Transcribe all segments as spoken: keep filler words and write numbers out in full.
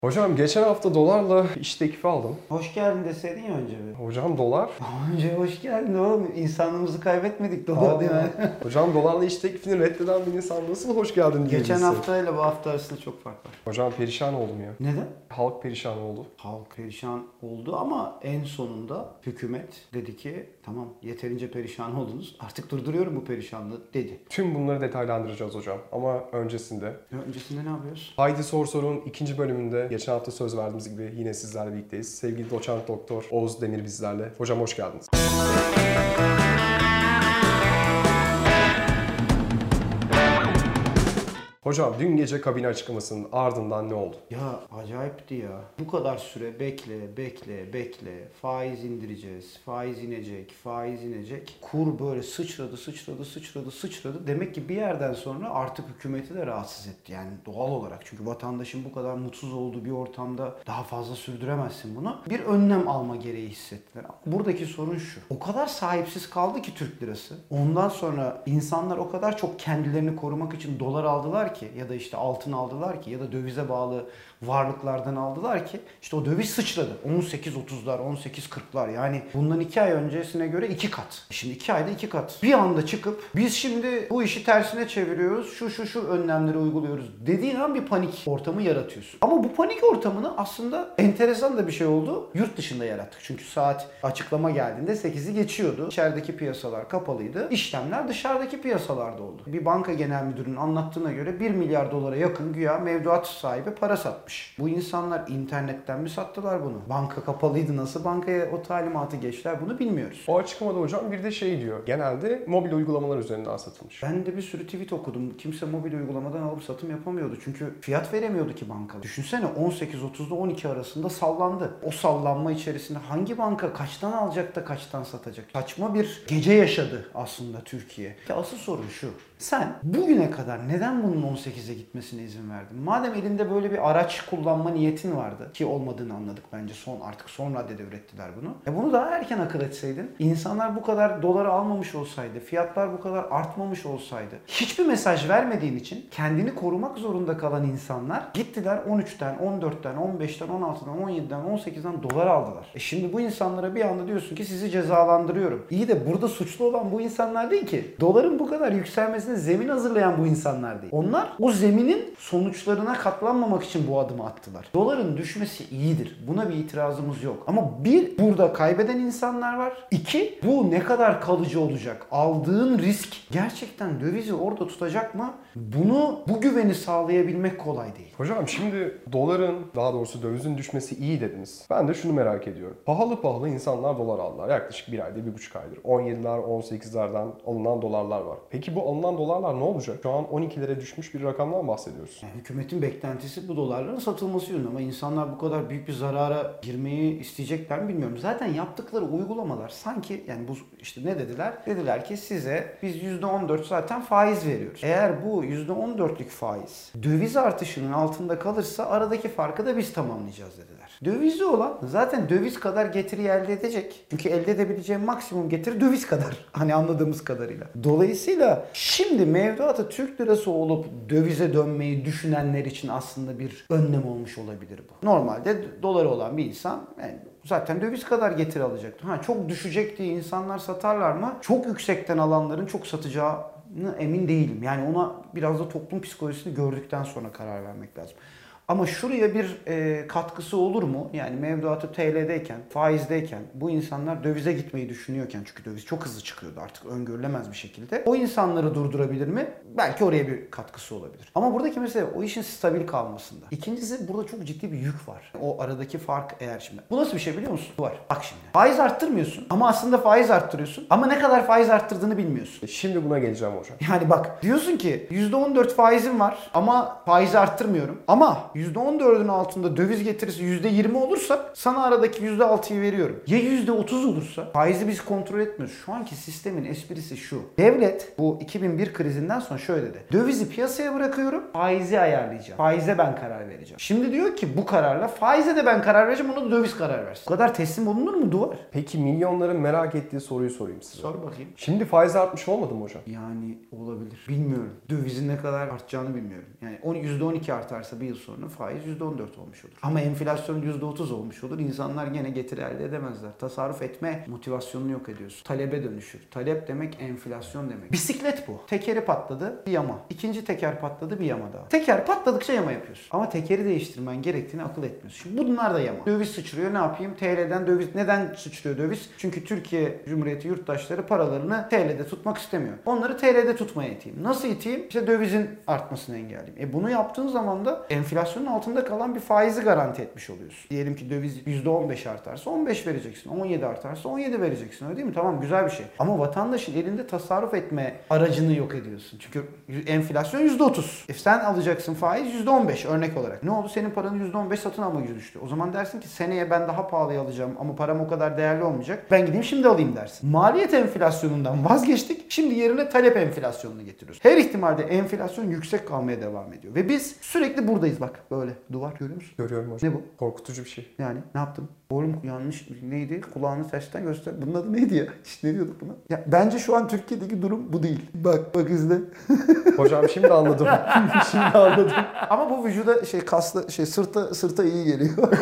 Hocam geçen hafta dolarla iş teklifi aldım. Hoş geldin deseydin ya önce bir. Hocam dolar. Önce hoş geldin oğlum. İnsanlığımızı kaybetmedik dolar değil mi? Hocam dolarla iş teklifini reddeden bir insan nasıl hoş geldin diyebilirsin? Geçen haftayla bu hafta arasında çok fark var. Hocam perişan oldum ya. Neden? Halk perişan oldu. Halk perişan oldu ama en sonunda hükümet dedi ki tamam yeterince perişan oldunuz artık durduruyorum bu perişanlığı dedi. Tüm bunları detaylandıracağız hocam ama öncesinde. Ya öncesinde ne yapıyoruz? Haydi Sor Sor'un ikinci bölümünde geçen hafta söz verdiğimiz gibi yine sizlerle birlikteyiz. Sevgili doçent doktor Oğuz Demir bizlerle. Hocam hoş geldiniz. Hocam dün gece kabine açıklamasının ardından ne oldu? Ya acayipti ya. Bu kadar süre bekle, bekle, bekle. Faiz indireceğiz. Faiz inecek, faiz inecek. Kur böyle sıçradı, sıçradı, sıçradı, sıçradı. Demek ki bir yerden sonra artık hükümeti de rahatsız etti. Yani doğal olarak. Çünkü vatandaşın bu kadar mutsuz olduğu bir ortamda daha fazla sürdüremezsin bunu. Bir önlem alma gereği hissettiler. Buradaki sorun şu. O kadar sahipsiz kaldı ki Türk lirası. Ondan sonra insanlar o kadar çok kendilerini korumak için dolar aldılar ki ya da işte altın aldılar ki ya da dövize bağlı varlıklardan aldılar ki işte o döviz sıçradı. on sekiz otuzlar, on sekiz kırklar yani bundan iki ay öncesine göre iki kat. Şimdi iki ayda iki kat. Bir anda çıkıp biz şimdi bu işi tersine çeviriyoruz, şu şu şu önlemleri uyguluyoruz dediğin an bir panik ortamı yaratıyorsun. Ama bu panik ortamını aslında enteresan da bir şey oldu. Yurt dışında yarattık. Çünkü saat açıklama geldiğinde sekizi geçiyordu. İçerideki piyasalar kapalıydı. İşlemler dışarıdaki piyasalarda oldu. Bir banka genel müdürünün anlattığına göre bir milyar dolara yakın güya mevduat sahibi para satmış. Bu insanlar internetten mi sattılar bunu? Banka kapalıydı, nasıl bankaya o talimatı geçtiler bunu bilmiyoruz. O açıklamada hocam bir de şey diyor. Genelde mobil uygulamalar üzerinden satılmış. Ben de bir sürü tweet okudum. Kimse mobil uygulamadan alıp satım yapamıyordu. Çünkü fiyat veremiyordu ki banka. Düşünsene on sekiz otuzda on iki arasında sallandı. O sallanma içerisinde hangi banka kaçtan alacak da kaçtan satacak? Saçma bir gece yaşadı aslında Türkiye. Ki asıl sorun şu. Sen bugüne kadar neden bunun on sekize gitmesine izin verdin? Madem elinde böyle bir araç kullanma niyetin vardı ki olmadığını anladık bence son artık son raddede ürettiler bunu. E bunu daha erken akıl etseydin, insanlar bu kadar doları almamış olsaydı, fiyatlar bu kadar artmamış olsaydı, hiçbir mesaj vermediğin için kendini korumak zorunda kalan insanlar gittiler on üçten, on dörtten, on beşten, on altıdan, on yediden, on sekizden dolar aldılar. E şimdi bu insanlara bir anda diyorsun ki sizi cezalandırıyorum. İyi de burada suçlu olan bu insanlar değil ki. Doların bu kadar yükselmesine zemin hazırlayan bu insanlar değil. Onlar o zeminin sonuçlarına katlanmamak için bu adımı attılar. Doların düşmesi iyidir. Buna bir itirazımız yok. Ama bir, burada kaybeden insanlar var. İki, bu ne kadar kalıcı olacak? Aldığın risk gerçekten dövizi orada tutacak mı? Bunu, bu güveni sağlayabilmek kolay değil. Hocam şimdi doların, daha doğrusu dövizin düşmesi iyi dediniz. Ben de şunu merak ediyorum. Pahalı pahalı insanlar dolar aldılar. Yaklaşık bir aydır, bir buçuk aydır. on yediler, on sekizlerden alınan dolarlar var. Peki bu alınan dolarlar ne olacak? Şu an on ikilere düşmüş bir rakamdan bahsediyoruz. Yani hükümetin beklentisi bu dolarların satılması yönünde ama insanlar bu kadar büyük bir zarara girmeyi isteyecekler mi bilmiyorum. Zaten yaptıkları uygulamalar sanki yani bu işte ne dediler? Dediler ki size biz yüzde on dört zaten faiz veriyoruz. Eğer bu yüzde on dörtlük faiz döviz artışının altında kalırsa aradaki farkı da biz tamamlayacağız dediler. Dövizi olan zaten döviz kadar getiri elde edecek. Çünkü elde edebileceğim maksimum getiri döviz kadar. Hani anladığımız kadarıyla. Dolayısıyla şimdi mevduatı Türk lirası olup dövize dönmeyi düşünenler için aslında bir önlem olmuş olabilir bu. Normalde doları olan bir insan yani zaten döviz kadar getiri alacaktı. Ha çok düşecek diye insanlar satarlar mı? Çok yüksekten alanların çok satacağını emin değilim. Yani ona biraz da toplum psikolojisini gördükten sonra karar vermek lazım. Ama şuraya bir e, katkısı olur mu? Yani mevduatı T L'deyken, faizdeyken, bu insanlar dövize gitmeyi düşünüyorken çünkü döviz çok hızlı çıkıyordu artık öngörülemez bir şekilde. O insanları durdurabilir mi? Belki oraya bir katkısı olabilir. Ama buradaki mesele o işin stabil kalmasında. İkincisi burada çok ciddi bir yük var. O aradaki fark eğer şimdi. Bu nasıl bir şey biliyor musun? Var. Bak şimdi. Faiz arttırmıyorsun ama aslında faiz arttırıyorsun. Ama ne kadar faiz arttırdığını bilmiyorsun. Şimdi buna geleceğim hocam. Yani bak diyorsun ki yüzde on dört faizim var ama faizi arttırmıyorum. Ama yüzde on dördün altında döviz getirisi yüzde yirmi olursa sana aradaki yüzde altıyı veriyorum. Ya yüzde otuz olursa faizi biz kontrol etmiyoruz. Şu anki sistemin esprisi şu. Devlet bu iki bin bir krizinden sonra şöyle dedi. Dövizi piyasaya bırakıyorum, faizi ayarlayacağım. Faize ben karar vereceğim. Şimdi diyor ki bu kararla faize de ben karar vereceğim, ona da döviz karar versin. Bu kadar teslim olunur mu duvar? Peki milyonların merak ettiği soruyu sorayım size. Sor bakayım. Şimdi faiz artmış olmadı mı hocam? Yani olabilir. Bilmiyorum. Dövizin ne kadar artacağını bilmiyorum. Yani yüzde on iki artarsa bir yıl sonra sonra faiz yüzde on dört olmuş olur. Ama enflasyon yüzde otuz olmuş olur. İnsanlar gene getiri elde edemezler. Tasarruf etme motivasyonunu yok ediyorsun. Talebe dönüşür. Talep demek enflasyon demek. Bisiklet bu. Tekeri patladı, bir yama. İkinci teker patladı, bir yama daha. Teker patladıkça yama yapıyorsun. Ama tekeri değiştirmen gerektiğini akıl etmiyorsun. Şimdi bunlar da yama. Döviz sıçrıyor, ne yapayım? T L'den döviz. Neden sıçrıyor döviz? Çünkü Türkiye Cumhuriyeti yurttaşları paralarını T L'de tutmak istemiyor. Onları T L'de tutmaya iteyim. Nasıl iteyim? İşte dövizin artmasını engelleyeyim. E bunu yaptığın zaman da enflasyonun altında kalan bir faizi garanti etmiş oluyorsun. Diyelim ki döviz yüzde on beş artarsa on beş vereceksin. on yedi artarsa on yedi vereceksin. Öyle değil mi? Tamam, güzel bir şey. Ama vatandaşın elinde tasarruf etme aracını yok ediyorsun. Çünkü enflasyon yüzde otuz. E sen alacaksın faiz yüzde on beş örnek olarak. Ne oldu? Senin paranın yüzde on beş satın alma gücü düştü. O zaman dersin ki seneye ben daha pahalıya alacağım ama param o kadar değerli olmayacak. Ben gideyim şimdi alayım dersin. Maliyet enflasyonundan vazgeçtik. Şimdi yerine talep enflasyonunu getiriyoruz. Her ihtimalde enflasyon yüksek kalmaya devam ediyor. Ve biz sürekli buradayız bak. Böyle duvar görüyor musun? Görüyorum hocam. Ne bu? Korkutucu bir şey. Yani ne yaptım? Oğlum yanlış neydi? Kulağını tersten göster. Bunun adı neydi ya? İşte ne diyorduk buna? Ya bence şu an Türkiye'deki durum bu değil. Bak bak izle. Hocam şimdi anladım. Şimdi anladım. Ama bu vücuda şey kaslı şey sırta sırta iyi geliyor.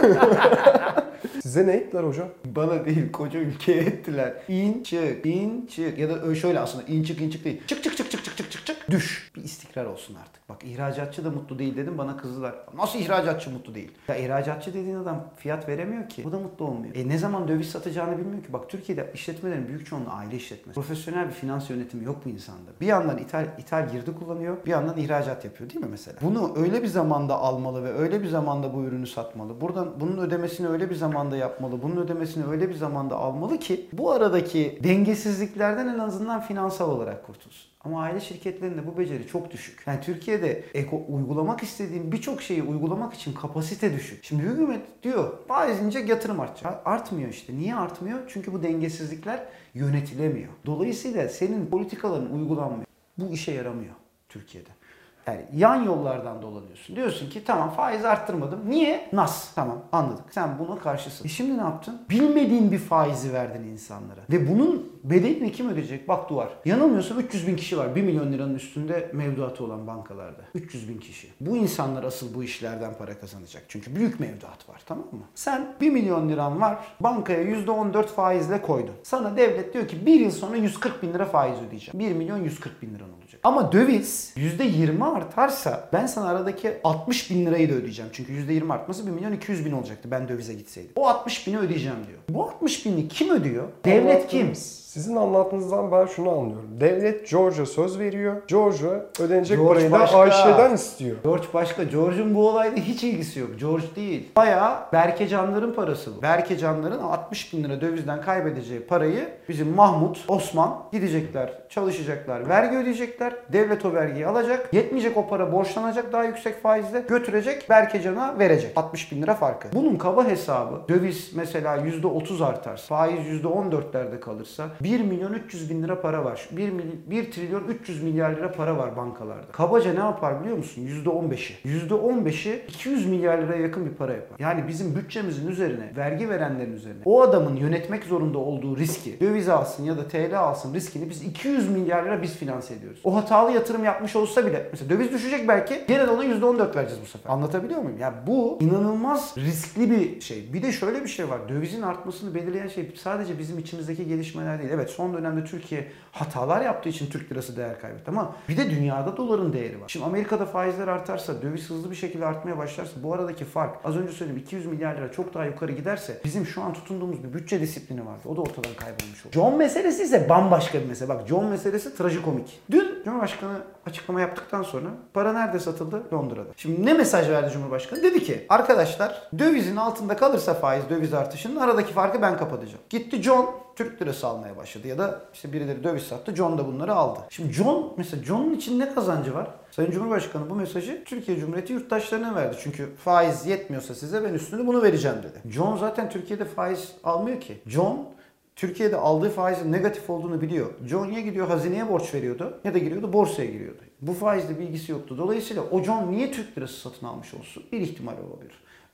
Size ne ettiler hocam? Bana değil, koca ülkeye ettiler. İn çık, in çık. Ya da şöyle aslında in çık in çık değil. Çık çık çık çık çık çık çık çık. Düş. Bir istikrar olsun artık. Bak ihracatçı da mutlu değil dedim, bana kızdılar. Nasıl ihracatçı mutlu değil? Ya ihracatçı dediğin adam fiyat veremiyor ki. Bu da mutlu olmuyor. E ne zaman döviz satacağını bilmiyor ki. Bak Türkiye'de işletmelerin büyük çoğunluğu aile işletmesi. Profesyonel bir finans yönetimi yok bu insanda. Bir yandan ithal, ithal girdi kullanıyor, bir yandan ihracat yapıyor değil mi mesela? Bunu öyle bir zamanda almalı ve öyle bir zamanda bu ürünü satmalı. Buradan bunun ödemesini öyle bir zamanda yapmalı. Bunun ödemesini öyle bir zamanda almalı ki bu aradaki dengesizliklerden en azından finansal olarak kurtulsun. Ama aile şirketlerinde bu beceri çok düşük. Yani Türkiye'de eko, uygulamak istediğim birçok şeyi uygulamak için kapasite düşük. Şimdi hükümet diyor faiz inecek, yatırım artacak. Artmıyor işte. Niye artmıyor? Çünkü bu dengesizlikler yönetilemiyor. Dolayısıyla senin politikaların uygulanmıyor. Bu işe yaramıyor Türkiye'de. Yani yan yollardan dolanıyorsun. Diyorsun ki tamam faiz arttırmadım. Niye? Nas. Tamam anladık. Sen buna karşısın. E şimdi ne yaptın? Bilmediğin bir faizi verdin insanlara. Ve bunun bedelini kim ödeyecek? Bak duvar. Yanılmıyorsam üç yüz bin kişi var. bir milyon liranın üstünde mevduatı olan bankalarda. üç yüz bin kişi. Bu insanlar asıl bu işlerden para kazanacak. Çünkü büyük mevduat var, tamam mı? Sen bir milyon liran var. Bankaya yüzde on dört faizle koydun. Sana devlet diyor ki bir yıl sonra yüz kırk bin lira faiz ödeyeceğim. bir milyon yüz kırk bin liran olacak. Ama döviz yüzde yirmi artarsa ben sana aradaki altmış bin lirayı da ödeyeceğim. Çünkü yüzde yirmi artması bir milyon iki yüz bin olacaktı ben dövize gitseydim. O altmış bini ödeyeceğim diyor. Bu altmış bini kim ödüyor? Devlet kim? Sizin anlattığınızdan ben şunu anlıyorum. Devlet George'a söz veriyor. George'a ödenecek George parayı da başka. Ayşe'den istiyor. George başka. George'un bu olayda hiç ilgisi yok. George değil. Bayağı Berkecanların parası bu. Berkecanların altmış bin lira dövizden kaybedeceği parayı bizim Mahmut, Osman gidecekler, çalışacaklar, vergi ödeyecekler. Devlet o vergiyi alacak. Yetmeyecek o para, borçlanacak daha yüksek faizle. Götürecek, Berkecan'a verecek. altmış bin lira farkı. Bunun kaba hesabı döviz mesela yüzde otuz artarsa, faiz yüzde on dörtlerde kalırsa bir milyon üç yüz bin lira para var. bir trilyon üç yüz milyar lira para var bankalarda. Kabaca ne yapar biliyor musun? yüzde on beşi. yüzde on beşi iki yüz milyar liraya yakın bir para yapar. Yani bizim bütçemizin üzerine, vergi verenlerin üzerine o adamın yönetmek zorunda olduğu riski, döviz alsın ya da T L alsın riskini biz iki yüz milyar lira biz finanse ediyoruz. O hatalı yatırım yapmış olsa bile mesela döviz düşecek belki gene de ona yüzde on dört vereceğiz bu sefer. Anlatabiliyor muyum? Ya bu inanılmaz riskli bir şey. Bir de şöyle bir şey var. Dövizin artmasını belirleyen şey sadece bizim içimizdeki gelişmeler değil. Evet son dönemde Türkiye hatalar yaptığı için Türk lirası değer kaybetti ama bir de dünyada doların değeri var. Şimdi Amerika'da faizler artarsa, döviz hızlı bir şekilde artmaya başlarsa bu aradaki fark az önce söyledim iki yüz milyar lira çok daha yukarı giderse bizim şu an tutunduğumuz bir bütçe disiplini vardı. O da ortadan kaybolmuş olur. John meselesi ise bambaşka bir mesele. Bak John meselesi trajikomik. Dün Cumhurbaşkanı açıklama yaptıktan sonra para nerede satıldı? Londra'da. Şimdi ne mesaj verdi Cumhurbaşkanı? Dedi ki arkadaşlar dövizin altında kalırsa faiz döviz artışının aradaki farkı ben kapatacağım. Gitti John Türk lirası almaya başladı ya da işte birileri döviz sattı. John da bunları aldı. Şimdi John mesela John'un için ne kazancı var? Sayın Cumhurbaşkanı bu mesajı Türkiye Cumhuriyeti yurttaşlarına verdi. Çünkü faiz yetmiyorsa size ben üstünü bunu vereceğim dedi. John zaten Türkiye'de faiz almıyor ki. John Türkiye'de aldığı faizin negatif olduğunu biliyor. John ya gidiyor hazineye borç veriyordu ya da giriyordu borsaya giriyordu. Bu faizle bir ilgisi yoktu. Dolayısıyla o John niye Türk lirası satın almış olsun? Bir ihtimal olabilir.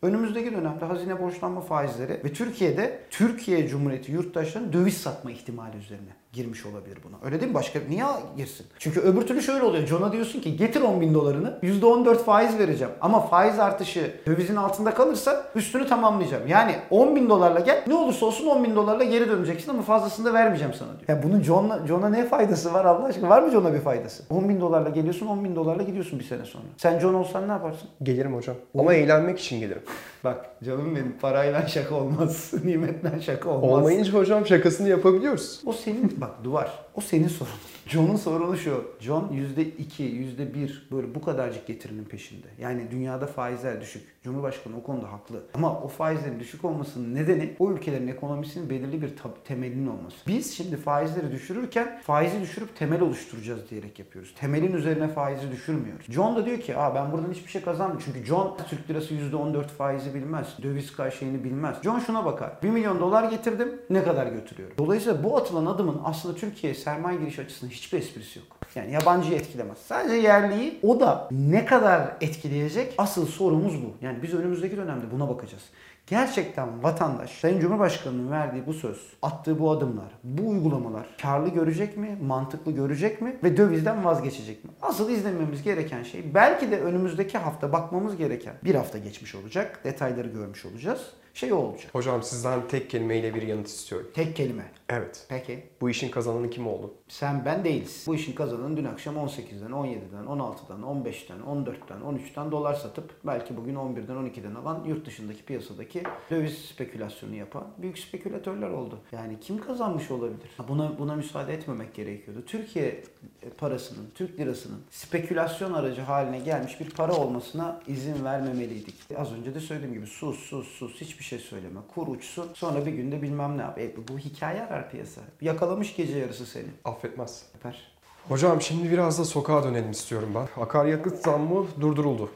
Önümüzdeki dönemde hazine borçlanma faizleri ve Türkiye'de Türkiye Cumhuriyeti yurttaşlarının döviz satma ihtimali üzerine girmiş olabilir buna. Öyle değil mi? Başka niye girsin? Çünkü öbür türlü şöyle oluyor. John'a diyorsun ki getir on bin dolarını yüzde on dört faiz vereceğim. Ama faiz artışı dövizin altında kalırsa üstünü tamamlayacağım. Yani on bin dolarla gel, ne olursa olsun on bin dolarla geri döneceksin ama fazlasını da vermeyeceğim sana diyor. Ya bunun John'a John'a ne faydası var Allah aşkına? Var mı John'a bir faydası? on bin dolarla geliyorsun, on bin dolarla gidiyorsun bir sene sonra. Sen John olsan ne yaparsın? Gelirim hocam. Ama eğlenmek için gelirim. Bak canım benim, parayla şaka olmaz. Nimetle şaka olmaz. Olmayınca hocam şakasını yapabiliyoruz. O senin bak duvar. O senin sorunun. John'un sorunu şu. John yüzde iki, yüzde bir böyle bu kadarcık getirinin peşinde. Yani dünyada faizler düşük. Cumhurbaşkanı o konuda haklı. Ama o faizlerin düşük olmasının nedeni o ülkelerin ekonomisinin belirli bir temelinin olması. Biz şimdi faizleri düşürürken faizi düşürüp temel oluşturacağız diyerek yapıyoruz. Temelin üzerine faizi düşürmüyoruz. John da diyor ki aa ben buradan hiçbir şey kazanmıyorum. Çünkü John Türk lirası yüzde on dört faizi bilmez. Döviz karşılığını bilmez. John şuna bakar. bir milyon dolar getirdim. Ne kadar götürüyorum? Dolayısıyla bu atılan adımın aslında Türkiye'ye sermaye girişi açısından hiçbir esprisi yok. Yani yabancıyı etkilemez. Sadece yerliyi, o da ne kadar etkileyecek? Asıl sorumuz bu. Yani biz önümüzdeki dönemde buna bakacağız. Gerçekten vatandaş Sayın Cumhurbaşkanı'nın verdiği bu söz, attığı bu adımlar, bu uygulamalar karlı görecek mi, mantıklı görecek mi ve dövizden vazgeçecek mi? Asıl izlememiz gereken şey, belki de önümüzdeki hafta bakmamız gereken, bir hafta geçmiş olacak, detayları görmüş olacağız. Şey olacak. Hocam sizden tek kelimeyle bir yanıt istiyorum. Tek kelime. Evet. Peki. Bu işin kazananı kim oldu? Sen ben değiliz. Bu işin kazananı dün akşam on sekizden, on yediden, on altıdan, on beşten, on dörtten, on üçten dolar satıp belki bugün on birden, on ikiden alan yurt dışındaki piyasadaki döviz spekülasyonu yapan büyük spekülatörler oldu. Yani kim kazanmış olabilir? Buna buna müsaade etmemek gerekiyordu. Türkiye parasının, Türk lirasının spekülasyon aracı haline gelmiş bir para olmasına izin vermemeliydik. Az önce de söylediğim gibi sus sus sus hiçbir şey söyleme. Kur uçsun sonra bir günde bilmem ne yap. E, bu hikaye arar piyasa. Yakalamış gece yarısı seni. Affetmez. Yapar. Hocam şimdi biraz da sokağa dönelim istiyorum ben. Akaryakıt zammı durduruldu.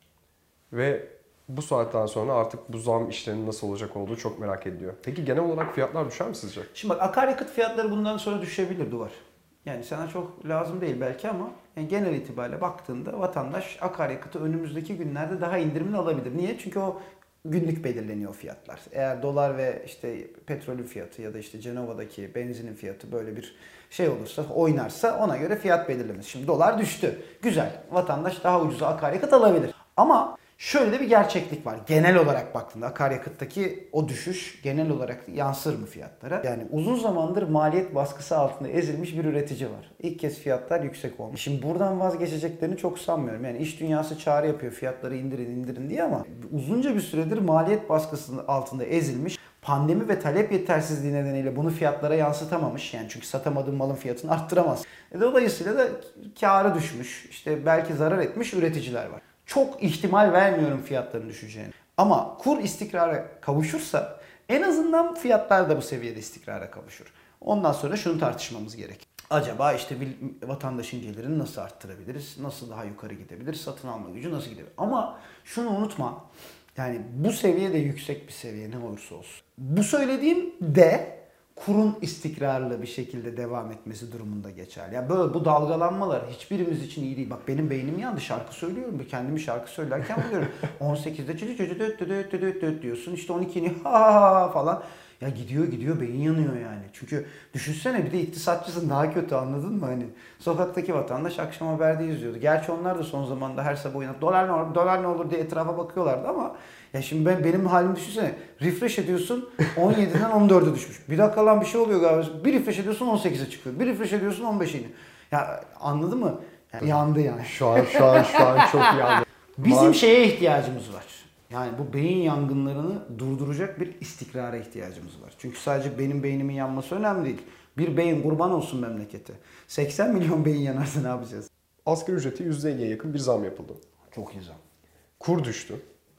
Ve bu saatten sonra artık bu zam işlerinin nasıl olacak olduğu çok merak ediliyor. Peki genel olarak fiyatlar düşer mi sizce? Şimdi bak akaryakıt fiyatları bundan sonra düşebilir Duvar. Yani sana çok lazım değil belki ama yani genel itibariyle baktığında vatandaş akaryakıtı önümüzdeki günlerde daha indirimli alabilir. Niye? Çünkü o günlük belirleniyor fiyatlar. Eğer dolar ve işte petrolün fiyatı ya da işte Cenova'daki benzinin fiyatı böyle bir şey olursa, oynarsa ona göre fiyat belirlenir. Şimdi dolar düştü. Güzel. Vatandaş daha ucuza akaryakıt alabilir. Ama şöyle de bir gerçeklik var. Genel olarak baktığında akaryakıttaki o düşüş genel olarak yansır mı fiyatlara? Yani uzun zamandır maliyet baskısı altında ezilmiş bir üretici var. İlk kez fiyatlar yüksek olmuş. Şimdi buradan vazgeçeceklerini çok sanmıyorum. Yani iş dünyası çağrı yapıyor fiyatları indirin indirin diye ama uzunca bir süredir maliyet baskısının altında ezilmiş. Pandemi ve talep yetersizliği nedeniyle bunu fiyatlara yansıtamamış. Yani çünkü satamadığın malın fiyatını arttıramaz. Dolayısıyla da kârı düşmüş, işte belki zarar etmiş üreticiler var. Çok ihtimal vermiyorum fiyatların düşeceğini. Ama kur istikrara kavuşursa en azından fiyatlar da bu seviyede istikrara kavuşur. Ondan sonra şunu tartışmamız gerek. Acaba işte bir vatandaşın gelirini nasıl arttırabiliriz? Nasıl daha yukarı gidebilir? Satın alma gücü nasıl gidebilir? Ama şunu unutma. Yani bu seviye de yüksek bir seviye ne olursa olsun. Bu söylediğim de kurun istikrarlı bir şekilde devam etmesi durumunda geçerli. Yani böyle bu dalgalanmalar hiçbirimiz için iyi değil. Bak benim beynim yandı. Şarkı söylüyorum. Kendimi şarkı söylerken buluyorum. on sekizde çı çı çı düt düt düt düt diyorsun. İşte on ikini ha ha falan. Ya gidiyor gidiyor beyin yanıyor yani. Çünkü düşünsene bir de iktisatçısın daha kötü anladın mı? Hani sokaktaki vatandaş akşam haberde izliyordu. Gerçi onlar da son zamanda her sabah uyanıp dolar ne olur, dolar ne olur diye etrafa bakıyorlardı ama ya şimdi ben benim halimi düşünsene. Refresh ediyorsun on yediden on dörde düşmüş. Bir dakika lan bir şey oluyor galiba. Bir refresh ediyorsun on sekize çıkıyor. Bir refresh ediyorsun on beşe iniyor. Ya anladın mı? Yani yandı yani. Şu an şu an şu an çok yandı. Bizim Var. şeye ihtiyacımız var. Yani bu beyin yangınlarını durduracak bir istikrara ihtiyacımız var. Çünkü sadece benim beynimin yanması önemli değil. Bir beyin kurban olsun memlekete. seksen milyon beyin yanarsa ne yapacağız? Asgari ücreti yüzde elliye yakın bir zam yapıldı. Çok iyi zam. Kur düştü.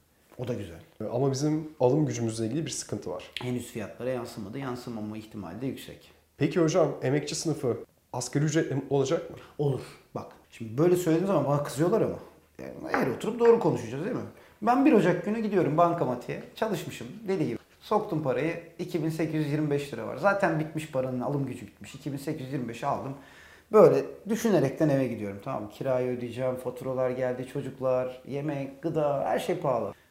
O da güzel. Ama bizim alım gücümüzle ilgili bir sıkıntı var. Henüz fiyatlara yansımadı. Yansımama ihtimali de yüksek. Peki hocam emekçi sınıfı asgari ücretle mutlu olacak mı? Olur. Bak şimdi böyle söylediğim zaman bana kızıyorlar ama. Yani eğer oturup doğru konuşacağız değil mi? Ben bir Ocak günü gidiyorum bankamatiğe. Çalışmışım deli gibi. Soktum parayı. iki bin sekiz yüz yirmi beş lira var. Zaten bitmiş paranın alım gücü gitmiş. iki bin sekiz yüz yirmi beşi aldım. Böyle düşünerekten eve gidiyorum tamam mı? Kirayı ödeyeceğim, faturalar geldi, çocuklar, yemek, gıda her şey pahalı.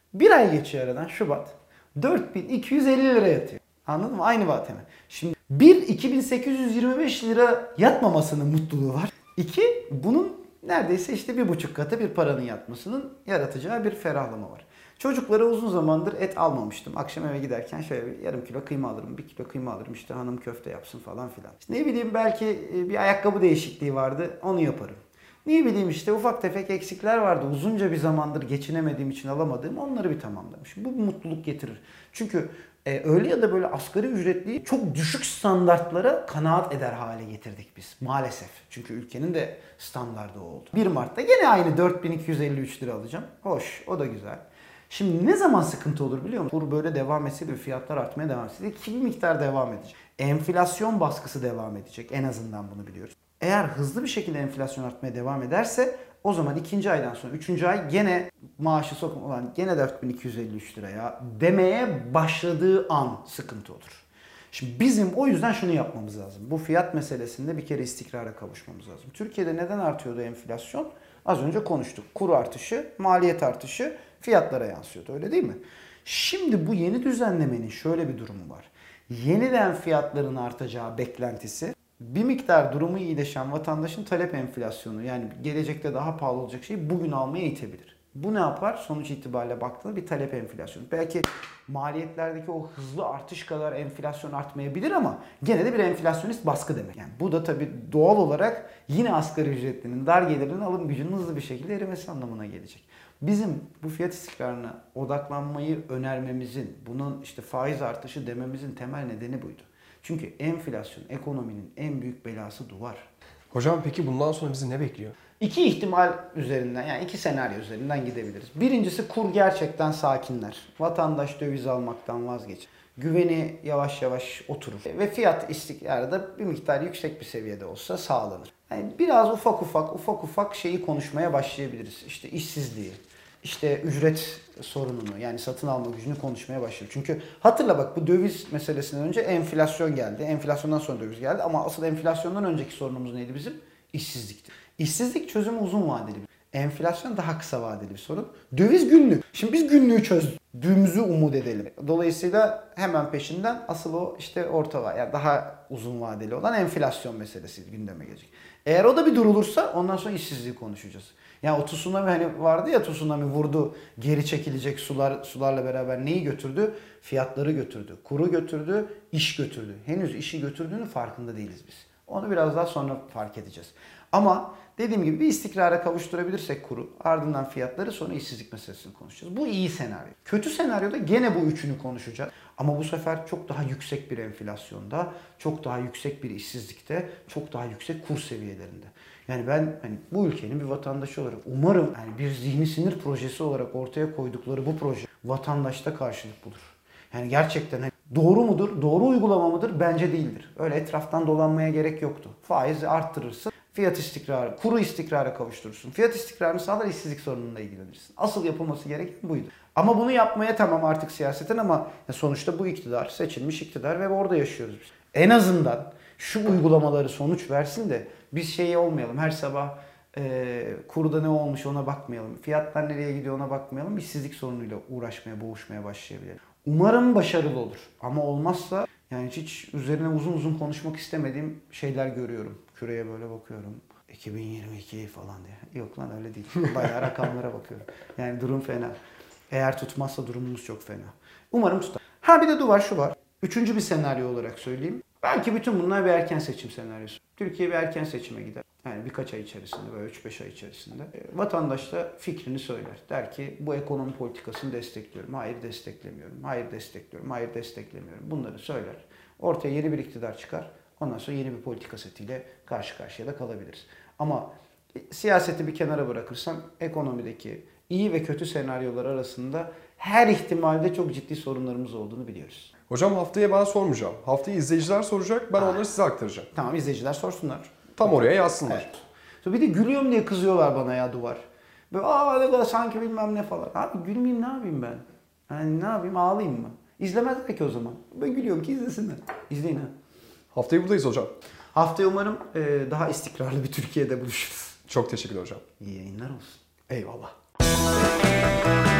Bir ay geçiyor aradan Şubat. dört bin iki yüz elli lira yatıyor. Anladın mı? Aynı vateme. Şimdi bir iki bin sekiz yüz yirmi beş lira yatmamasının mutluluğu var. İki bunun neredeyse işte bir buçuk katı bir paranın yatmasının yaratacağı bir ferahlama var. Çocuklara uzun zamandır et almamıştım. Akşam eve giderken şöyle bir yarım kilo kıyma alırım, bir kilo kıyma alırım. İşte hanım köfte yapsın falan filan. İşte ne bileyim belki bir ayakkabı değişikliği vardı, onu yaparım. Ne bileyim işte ufak tefek eksikler vardı. Uzunca bir zamandır geçinemediğim için alamadığım onları bir tamamlamışım. Bu bir mutluluk getirir. Çünkü e, öyle ya da böyle asgari ücretliyi çok düşük standartlara kanaat eder hale getirdik biz maalesef. Çünkü ülkenin de standardı o oldu. bir Mart'ta gene aynı dört bin iki yüz elli üç lira alacağım. Hoş, o da güzel. Şimdi ne zaman sıkıntı olur biliyor musun? Kur böyle devam etse de fiyatlar artmaya devam etse ki bir miktar devam edecek. Enflasyon baskısı devam edecek. En azından bunu biliyoruz. Eğer hızlı bir şekilde enflasyon artmaya devam ederse o zaman ikinci aydan sonra üçüncü ay gene maaşı sokma olan gene dört bin iki yüz elli üç liraya demeye başladığı an sıkıntı olur. Şimdi bizim o yüzden şunu yapmamız lazım. Bu fiyat meselesinde bir kere istikrara kavuşmamız lazım. Türkiye'de neden artıyordu enflasyon? Az önce konuştuk. Kur artışı, maliyet artışı fiyatlara yansıyordu. Öyle değil mi? Şimdi bu yeni düzenlemenin şöyle bir durumu var. Yeniden fiyatların artacağı beklentisi bir miktar durumu iyileşen vatandaşın talep enflasyonu, yani gelecekte daha pahalı olacak şeyi bugün almaya itebilir. Bu ne yapar? Sonuç itibariyle baktığında bir talep enflasyonu. Belki maliyetlerdeki o hızlı artış kadar enflasyon artmayabilir ama gene de bir enflasyonist baskı demek. Yani bu da tabii doğal olarak yine asgari ücretlinin, dar gelirinin alım gücünün hızlı bir şekilde erimesi anlamına gelecek. Bizim bu fiyat istikrarına odaklanmayı önermemizin, bunun işte faiz artışı dememizin temel nedeni buydu. Çünkü enflasyon ekonominin en büyük belası duvar. Hocam peki bundan sonra bizi ne bekliyor? İki ihtimal üzerinden, yani iki senaryo üzerinden gidebiliriz. Birincisi kur gerçekten sakinler. Vatandaş döviz almaktan vazgeçer. Güveni yavaş yavaş oturur. Ve fiyat istikrarı da bir miktar yüksek bir seviyede olsa sağlanır. Yani biraz ufak ufak ufak ufak şeyi konuşmaya başlayabiliriz. İşte işsizliği, işte ücret sorununu, yani satın alma gücünü konuşmaya başlıyor. Çünkü hatırla bak, bu döviz meselesinden önce enflasyon geldi. Enflasyondan sonra döviz geldi ama asıl enflasyondan önceki sorunumuz neydi bizim? İşsizlikti. İşsizlik çözümü uzun vadeli. Enflasyon daha kısa vadeli bir sorun. Döviz günlük. Şimdi biz günlüğü çözdüğümüzü umut edelim. Dolayısıyla hemen peşinden asıl o işte orta vadeli, yani daha uzun vadeli olan enflasyon meselesi gündeme gelecek. Eğer o da bir durulursa ondan sonra işsizliği konuşacağız. Yani o tsunami hani vardı ya, tsunami vurdu, geri çekilecek sular sularla beraber neyi götürdü? Fiyatları götürdü, kuru götürdü, iş götürdü. Henüz işi götürdüğünün farkında değiliz biz. Onu biraz daha sonra fark edeceğiz. Ama dediğim gibi bir istikrara kavuşturabilirsek kuru, ardından fiyatları, sonra işsizlik meselesini konuşacağız. Bu iyi senaryo. Kötü senaryoda gene bu üçünü konuşacağız. Ama bu sefer çok daha yüksek bir enflasyonda, çok daha yüksek bir işsizlikte, çok daha yüksek kur seviyelerinde. Yani ben hani bu ülkenin bir vatandaşı olarak umarım yani bir zihni sinir projesi olarak ortaya koydukları bu proje vatandaşta karşılık bulur. Yani gerçekten hani doğru mudur, doğru uygulama mıdır? Bence değildir. Öyle etraftan dolanmaya gerek yoktu. Faizi arttırırsın, fiyat istikrarı, kuru istikrara kavuşturursun. Fiyat istikrarını sağlar, işsizlik sorununla ilgilenirsin. Asıl yapılması gereken buydu. Ama bunu yapmaya tamam artık siyasetin, ama sonuçta bu iktidar, seçilmiş iktidar ve orada yaşıyoruz biz. En azından şu uygulamaları sonuç versin de biz şey olmayalım, her sabah e, kurda ne olmuş ona bakmayalım, fiyatlar nereye gidiyor ona bakmayalım, işsizlik sorunuyla uğraşmaya, boğuşmaya başlayabilirim. Umarım başarılı olur ama olmazsa yani hiç üzerine uzun uzun konuşmak istemediğim şeyler görüyorum. Küreye böyle bakıyorum. iki bin yirmi iki falan diye. Yok lan öyle değil. Bayağı rakamlara bakıyorum. Yani durum fena. Eğer tutmazsa durumumuz çok fena. Umarım tutar. Ha bir de duvar şu var. Üçüncü bir senaryo olarak söyleyeyim. Belki bütün bunlar bir erken seçim senaryosu. Türkiye bir erken seçime gider. Yani birkaç ay içerisinde, böyle üç beş ay içerisinde. E, vatandaş da fikrini söyler. Der ki bu ekonomi politikasını destekliyorum. Hayır desteklemiyorum. Hayır destekliyorum. Hayır desteklemiyorum. Bunları söyler. Ortaya yeni bir iktidar çıkar. Ondan sonra yeni bir politika setiyle karşı karşıya da kalabiliriz. Ama e, siyaseti bir kenara bırakırsam ekonomideki iyi ve kötü senaryolar arasında her ihtimalde çok ciddi sorunlarımız olduğunu biliyoruz. Hocam haftaya ben sormayacağım. Haftaya izleyiciler soracak, ben onları size aktaracağım. Tamam, izleyiciler sorsunlar. Tam oraya yazsınlar. Evet. Bir de gülüyorum diye kızıyorlar bana ya duvar. Böyle aa ne kadar sanki bilmem ne falan. Abi gülmeyeyim, ne yapayım ben? Yani ne yapayım, ağlayayım mı? İzlemezler ki o zaman. Ben gülüyorum ki izlesinler. İzleyin ha. Haftaya buradayız hocam. Haftaya umarım e, daha istikrarlı bir Türkiye'de buluşuruz. Çok teşekkürler hocam. İyi yayınlar olsun. Eyvallah.